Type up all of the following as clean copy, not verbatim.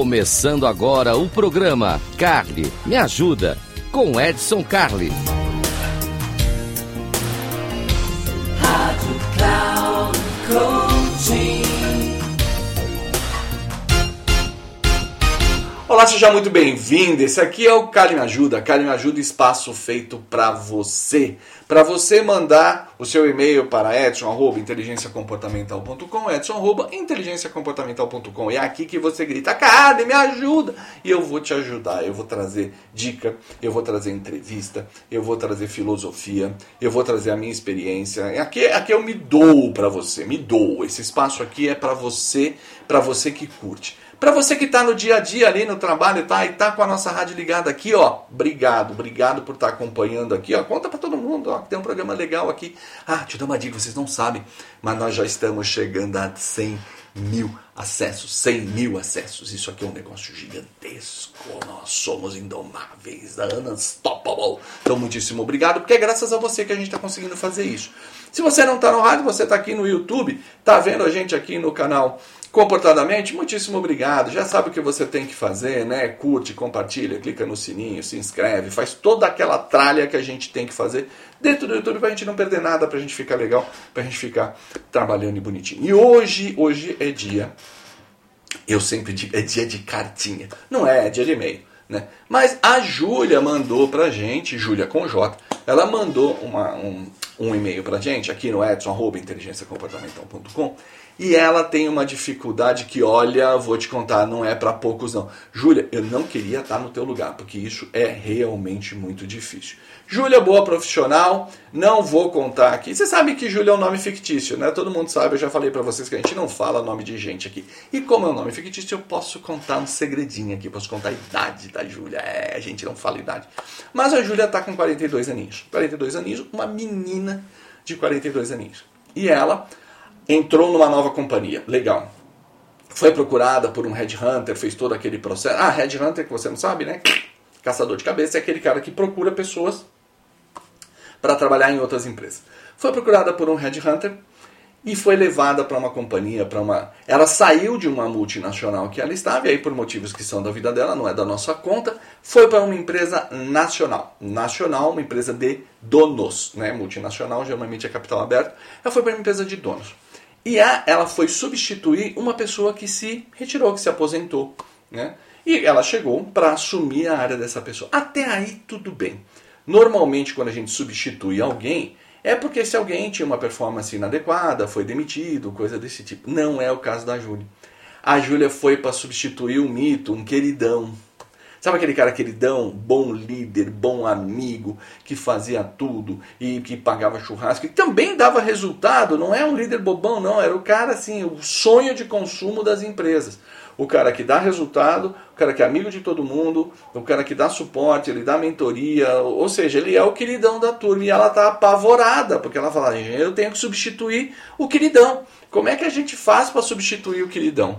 Começando agora o programa Carli Me Ajuda, com Edson Carli. Rádio Cloud Coaching. Olá, seja muito bem-vindo. Esse aqui é o Carli Me Ajuda. Carli Me Ajuda, espaço feito para você. Para você mandar o seu e-mail para edson@inteligenciacomportamental.com, edson@inteligenciacomportamental.com. É aqui que você grita, Carli, me ajuda! E eu vou te ajudar. Eu vou trazer dica, eu vou trazer entrevista, eu vou trazer filosofia, eu vou trazer a minha experiência. Aqui eu me dou para você, me dou. Esse espaço aqui é para você que curte. Para você que está no dia a dia ali no trabalho e tá com a nossa rádio ligada aqui, ó, obrigado por estar acompanhando aqui, ó, conta para todo mundo, ó, que tem um programa legal aqui. Te dou uma dica, vocês não sabem, mas nós já estamos chegando a 100 mil acessos, 100 mil acessos, isso aqui é um negócio gigantesco, nós somos indomáveis, unstoppable, então muitíssimo obrigado, porque é graças a você que a gente está conseguindo fazer isso. Se você não está no rádio, você está aqui no YouTube, está vendo a gente aqui no canal Comportadamente, muitíssimo obrigado. Já sabe o que você tem que fazer, né? Curte, compartilha, clica no sininho, se inscreve, faz toda aquela tralha que a gente tem que fazer dentro do YouTube pra gente não perder nada, pra gente ficar legal, pra gente ficar trabalhando e bonitinho. E hoje é dia, eu sempre digo, é dia de cartinha. Não é dia de e-mail, né? Mas a Júlia mandou pra gente, Júlia com J, ela mandou um e-mail pra gente aqui no edson@inteligenciacomportamental.com. E ela tem uma dificuldade que, olha, vou te contar, não é para poucos não. Júlia, eu não queria estar no teu lugar, porque isso é realmente muito difícil. Júlia, boa profissional, não vou contar aqui. Você sabe que Júlia é um nome fictício, né? Todo mundo sabe, eu já falei para vocês que a gente não fala nome de gente aqui. E como é um nome fictício, eu posso contar um segredinho aqui, posso contar a idade da Júlia. A gente não fala idade. Mas a Júlia está com 42 aninhos. 42 aninhos, uma menina de 42 aninhos. E ela entrou numa nova companhia, legal. Foi procurada por um headhunter, fez todo aquele processo. Headhunter, que você não sabe, né? Caçador de cabeça, é aquele cara que procura pessoas para trabalhar em outras empresas. Foi procurada por um headhunter e foi levada para uma companhia, Ela saiu de uma multinacional que ela estava, e aí por motivos que são da vida dela, não é da nossa conta, foi para uma empresa nacional. Nacional, uma empresa de donos, né? Multinacional, geralmente é capital aberto. Ela foi para uma empresa de donos. E ela foi substituir uma pessoa que se retirou, que se aposentou, né? E ela chegou para assumir a área dessa pessoa. Até aí tudo bem. Normalmente quando a gente substitui alguém, é porque esse alguém tinha uma performance inadequada, foi demitido, coisa desse tipo. Não é o caso da Júlia. A Júlia foi para substituir um mito, um queridão. Sabe aquele cara queridão, bom líder, bom amigo, que fazia tudo e que pagava churrasco, e também dava resultado, não é um líder bobão não, era o cara assim, o sonho de consumo das empresas. O cara que dá resultado, o cara que é amigo de todo mundo, o cara que dá suporte, ele dá mentoria, ou seja, ele é o queridão da turma e ela está apavorada, porque ela fala, eu tenho que substituir o queridão. Como é que a gente faz para substituir o queridão?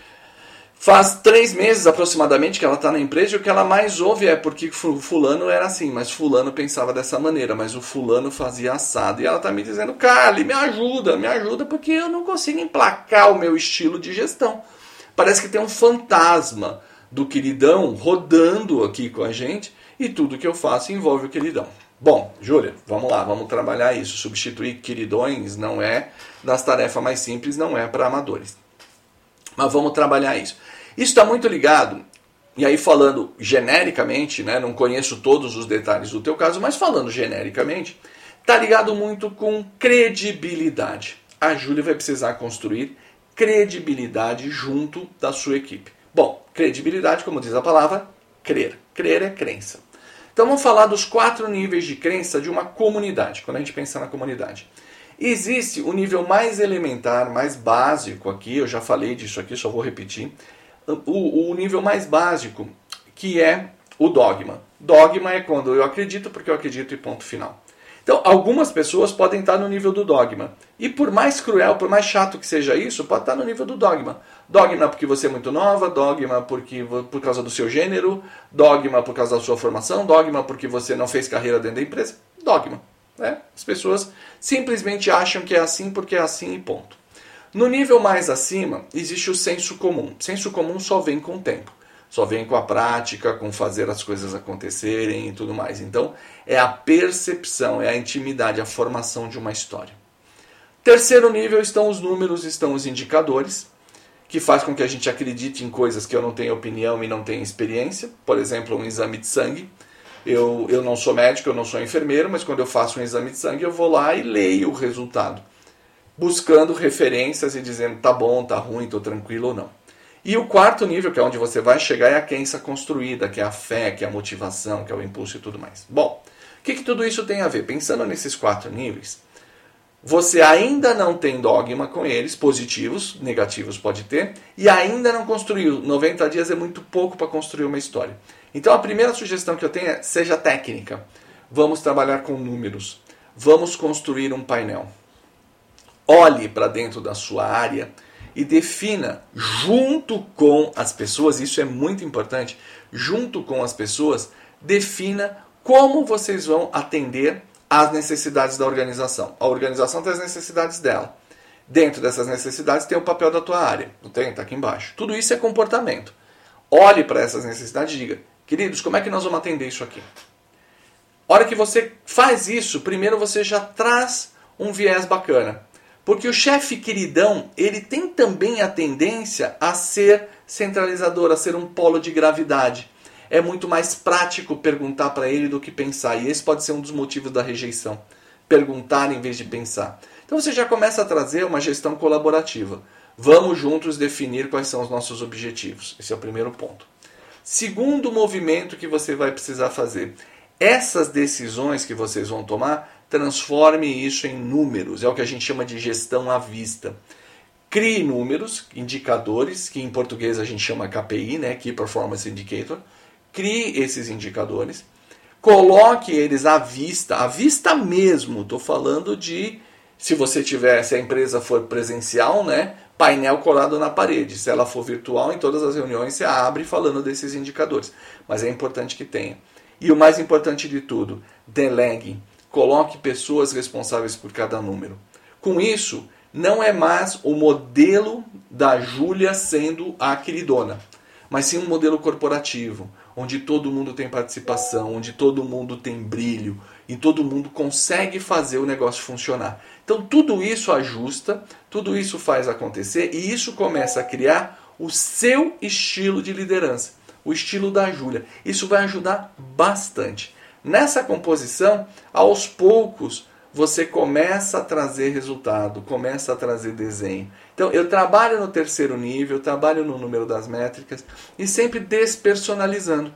Faz 3 meses aproximadamente que ela está na empresa e o que ela mais ouve é porque fulano era assim, mas fulano pensava dessa maneira, mas o fulano fazia assado. E ela está me dizendo, Carli, me ajuda, porque eu não consigo emplacar o meu estilo de gestão. Parece que tem um fantasma do queridão rodando aqui com a gente e tudo que eu faço envolve o queridão. Bom, Júlia, vamos lá, vamos trabalhar isso. Substituir queridões não é das tarefas mais simples, não é para amadores. Mas vamos trabalhar isso. Isso está muito ligado, e aí falando genericamente, né, não conheço todos os detalhes do teu caso, mas falando genericamente, está ligado muito com credibilidade. A Júlia vai precisar construir credibilidade junto da sua equipe. Bom, credibilidade, como diz a palavra, crer. Crer é crença. Então vamos falar dos 4 níveis de crença de uma comunidade, quando a gente pensa na comunidade. Existe o nível mais elementar, mais básico aqui, eu já falei disso aqui, só vou repetir. O nível mais básico, que é o dogma. Dogma é quando eu acredito porque eu acredito e ponto final. Então, algumas pessoas podem estar no nível do dogma. E por mais cruel, por mais chato que seja isso, pode estar no nível do dogma. Dogma porque você é muito nova, dogma por causa do seu gênero, dogma por causa da sua formação, dogma porque você não fez carreira dentro da empresa, dogma. Né? As pessoas simplesmente acham que é assim porque é assim e ponto. No nível mais acima, existe o senso comum. Senso comum só vem com o tempo. Só vem com a prática, com fazer as coisas acontecerem e tudo mais. Então, é a percepção, é a intimidade, a formação de uma história. Terceiro nível estão os números, estão os indicadores, que faz com que a gente acredite em coisas que eu não tenho opinião e não tenho experiência. Por exemplo, um exame de sangue. Eu não sou médico, eu não sou enfermeiro, mas quando eu faço um exame de sangue, eu vou lá e leio o resultado, buscando referências e dizendo tá bom, tá ruim, tô tranquilo ou não. E o quarto nível, que é onde você vai chegar, é a crença construída, que é a fé, que é a motivação, que é o impulso e tudo mais. Bom, o que tudo isso tem a ver? Pensando nesses 4 níveis, você ainda não tem dogma com eles, positivos, negativos pode ter, e ainda não construiu. 90 dias é muito pouco para construir uma história. Então a primeira sugestão que eu tenho é, seja técnica. Vamos trabalhar com números. Vamos construir um painel. Olhe para dentro da sua área e defina, junto com as pessoas, isso é muito importante, junto com as pessoas, defina como vocês vão atender às necessidades da organização. A organização tem as necessidades dela. Dentro dessas necessidades tem o papel da tua área. Não tem? Está aqui embaixo. Tudo isso é comportamento. Olhe para essas necessidades e diga, queridos, como é que nós vamos atender isso aqui? A hora que você faz isso, primeiro você já traz um viés bacana. Porque o chefe queridão, ele tem também a tendência a ser centralizador, a ser um polo de gravidade. É muito mais prático perguntar para ele do que pensar. E esse pode ser um dos motivos da rejeição. Perguntar em vez de pensar. Então você já começa a trazer uma gestão colaborativa. Vamos juntos definir quais são os nossos objetivos. Esse é o primeiro ponto. Segundo movimento que você vai precisar fazer. Essas decisões que vocês vão tomar, transforme isso em números. É o que a gente chama de gestão à vista. Crie números, indicadores, que em português a gente chama KPI, né? Key Performance Indicator. Crie esses indicadores. Coloque eles à vista mesmo. Estou falando de, se a empresa for presencial, né? Painel colado na parede. Se ela for virtual, em todas as reuniões você abre falando desses indicadores. Mas é importante que tenha. E o mais importante de tudo, delegue. Coloque pessoas responsáveis por cada número. Com isso, não é mais o modelo da Júlia sendo a queridona, mas sim um modelo corporativo, onde todo mundo tem participação, onde todo mundo tem brilho e todo mundo consegue fazer o negócio funcionar. Então tudo isso ajusta, tudo isso faz acontecer e isso começa a criar o seu estilo de liderança, o estilo da Júlia. Isso vai ajudar bastante. Nessa composição, aos poucos, você começa a trazer resultado, começa a trazer desenho. Então, eu trabalho no terceiro nível, eu trabalho no número das métricas e sempre despersonalizando.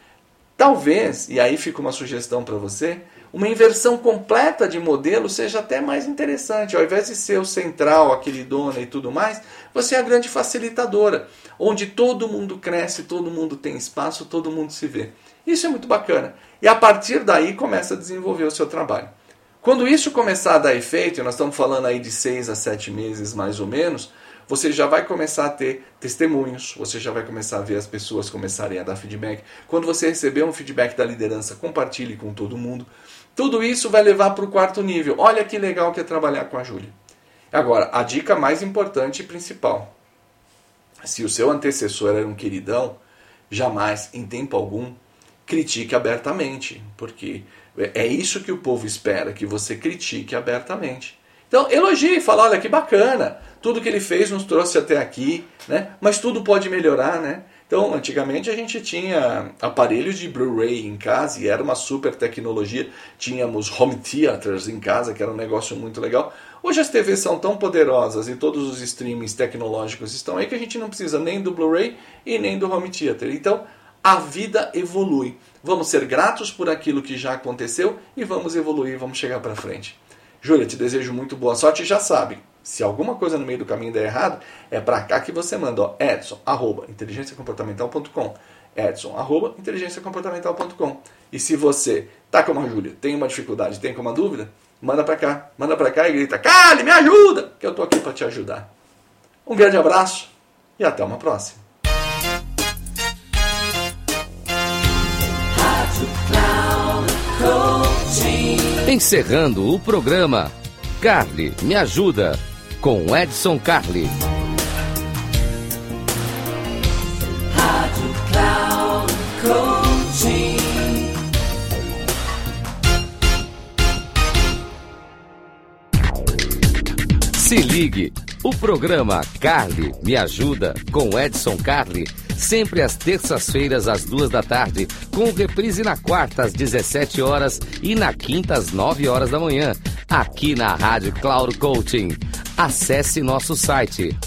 Talvez, e aí fica uma sugestão para você, uma inversão completa de modelo seja até mais interessante. Ao invés de ser o central, a queridona e tudo mais, você é a grande facilitadora, onde todo mundo cresce, todo mundo tem espaço, todo mundo se vê. Isso é muito bacana. E a partir daí começa a desenvolver o seu trabalho. Quando isso começar a dar efeito, e nós estamos falando aí de 6 a 7 meses mais ou menos, você já vai começar a ter testemunhos, você já vai começar a ver as pessoas começarem a dar feedback. Quando você receber um feedback da liderança, compartilhe com todo mundo. Tudo isso vai levar para o 4º nível. Olha que legal que é trabalhar com a Júlia. Agora, a dica mais importante e principal. Se o seu antecessor era um queridão, jamais, em tempo algum, critique abertamente, porque é isso que o povo espera, que você critique abertamente. Então, elogie, fala, olha que bacana, tudo que ele fez nos trouxe até aqui, né? Mas tudo pode melhorar, né? Então, antigamente a gente tinha aparelhos de Blu-ray em casa e era uma super tecnologia, tínhamos home theaters em casa, que era um negócio muito legal. Hoje as TVs são tão poderosas e todos os streamings tecnológicos estão aí que a gente não precisa nem do Blu-ray e nem do home theater. Então, a vida evolui. Vamos ser gratos por aquilo que já aconteceu e vamos evoluir, vamos chegar para frente. Júlia, te desejo muito boa sorte e já sabe, se alguma coisa no meio do caminho der errado, é para cá que você manda, ó, edson@inteligenciacomportamental.com, edson@inteligenciacomportamental.com. E se você tá como a Júlia, tem uma dificuldade, tem uma dúvida, manda para cá e grita, Cali, me ajuda, que eu tô aqui para te ajudar. Um grande abraço e até uma próxima. Encerrando o programa, Carly, me ajuda. com Edson Carli. Rádio Cloud Coaching. Se ligue, o programa Carli Me Ajuda com Edson Carli, sempre às terças-feiras às 14h, com reprise na quarta às 17 horas e na quinta às 9 horas da manhã, aqui na Rádio Cloud Coaching. Acesse nosso site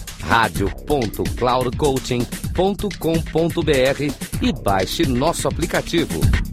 radio.cloudcoaching.com.br e baixe nosso aplicativo.